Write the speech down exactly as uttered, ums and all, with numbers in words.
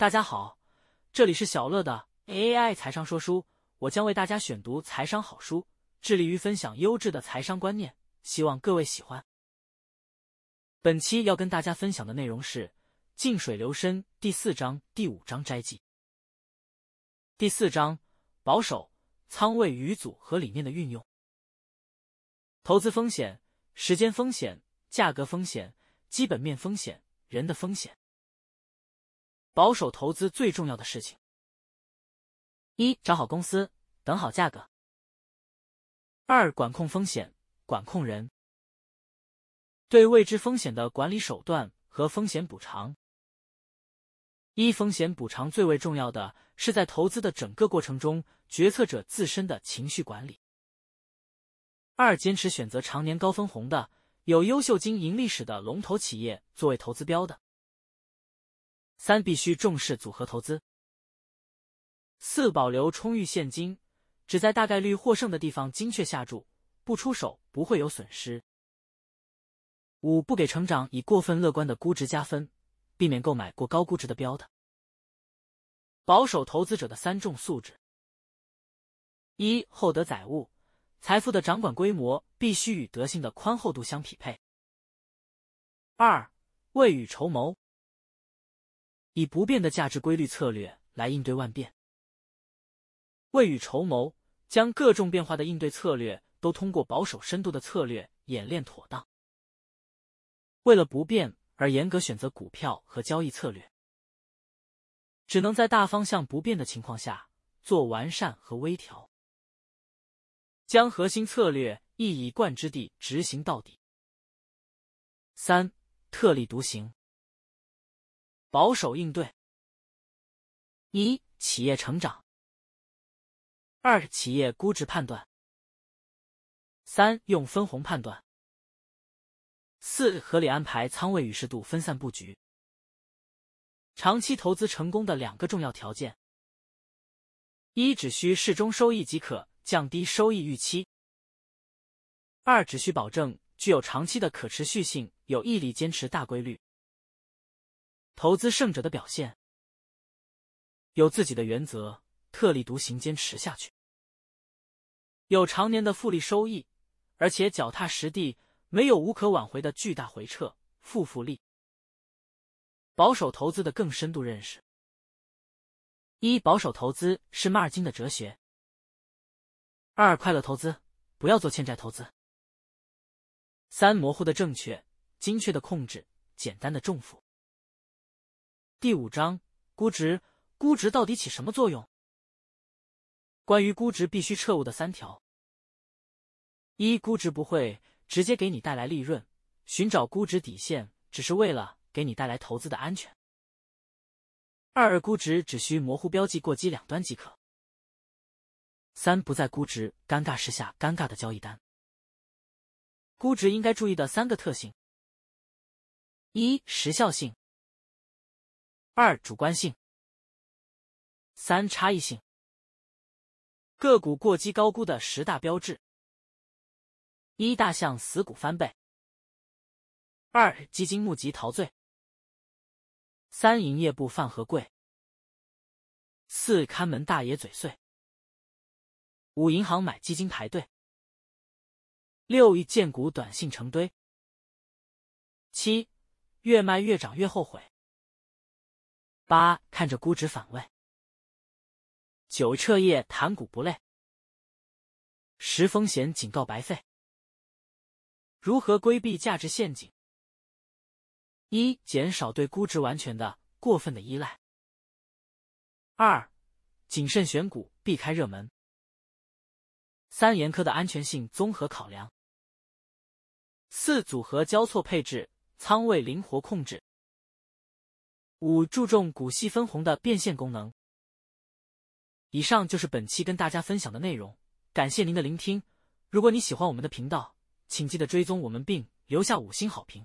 大家好，这里是小乐的 A I 财商说书，我将为大家选读财商好书，致力于分享优质的财商观念，希望各位喜欢。本期要跟大家分享的内容是静水流深第四章第五章摘记。第四章保守仓位与组合理念的运用。投资风险、时间风险、价格风险、基本面风险、人的风险。保守投资最重要的事情：一、找好公司，等好价格；二、管控风险，管控人。对未知风险的管理手段和风险补偿。一、风险补偿最为重要的是在投资的整个过程中，决策者自身的情绪管理。二、坚持选择常年高分红的、有优秀经营历史的龙头企业作为投资标的。三、必须重视组合投资。四、保留充裕现金，只在大概率获胜的地方精确下注，不出手不会有损失。五、不给成长以过分乐观的估值加分，避免购买过高估值的标的。保守投资者的三重素质：一、厚德载物，财富的掌管规模必须与德性的宽厚度相匹配。二、未雨绸缪，以不变的价值规律策略来应对万变。未雨绸缪，将各种变化的应对策略都通过保守深度的策略演练妥当。为了不变而严格选择股票和交易策略，只能在大方向不变的情况下做完善和微调，将核心策略一以贯之地执行到底。三、特立独行，保守应对。一、企业成长。二、企业估值判断。三、用分红判断。四、合理安排仓位与适度分散布局。长期投资成功的两个重要条件：一、只需适中收益即可，降低收益预期；二、只需保证具有长期的可持续性，有毅力坚持大规律。投资胜者的表现：有自己的原则，特立独行，坚持下去；有常年的复利收益，而且脚踏实地，没有无可挽回的巨大回撤、负复利。保守投资的更深度认识：一、保守投资是马尔金的哲学；二、快乐投资，不要做欠债投资；三、模糊的正确，精确的控制，简单的重负。第五章，估值，估值到底起什么作用？关于估值必须彻悟的三条：一、估值不会直接给你带来利润，寻找估值底线只是为了给你带来投资的安全。二、估值只需模糊标记过激两端即可。三、不在估值尴尬时下尴尬的交易单。估值应该注意的三个特性：一、时效性；二、主观性；三、差异性。个股过激高估的十大标志：一、大象死股翻倍；二、基金募集陶醉；三、营业部饭盒贵；四、看门大爷嘴碎；五、银行买基金排队；六、荐股短信成堆；七、越卖越涨越后悔；八、看着估值反胃；九、彻夜谈股不累；十、风险警告白费。如何规避价值陷阱？一、减少对估值完全的、过分的依赖；二、谨慎选股，避开热门；三、严苛的安全性综合考量；四、组合交错配置，仓位灵活控制；五、注重股息分红的变现功能。以上就是本期跟大家分享的内容，感谢您的聆听。如果你喜欢我们的频道，请记得追踪我们并留下五星好评。